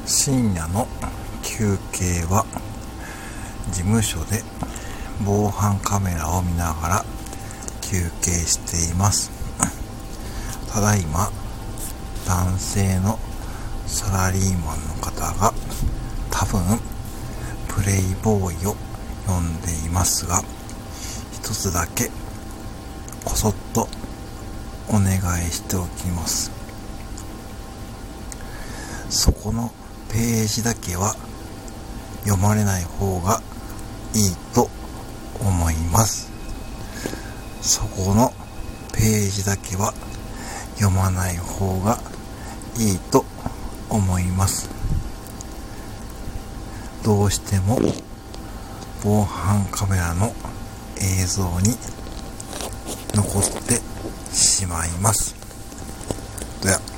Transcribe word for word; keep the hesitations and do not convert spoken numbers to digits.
深夜の休憩は事務所で防犯カメラを見ながら休憩しています。ただいま男性のサラリーマンの方が多分プレイボーイを読んでいますが、一つだけこそっとお願いしておきます。そこのページだけは読まれない方がいいと思います。そこのページだけは読まない方がいいと思います。どうしても防犯カメラの映像に残ってしまいます。では。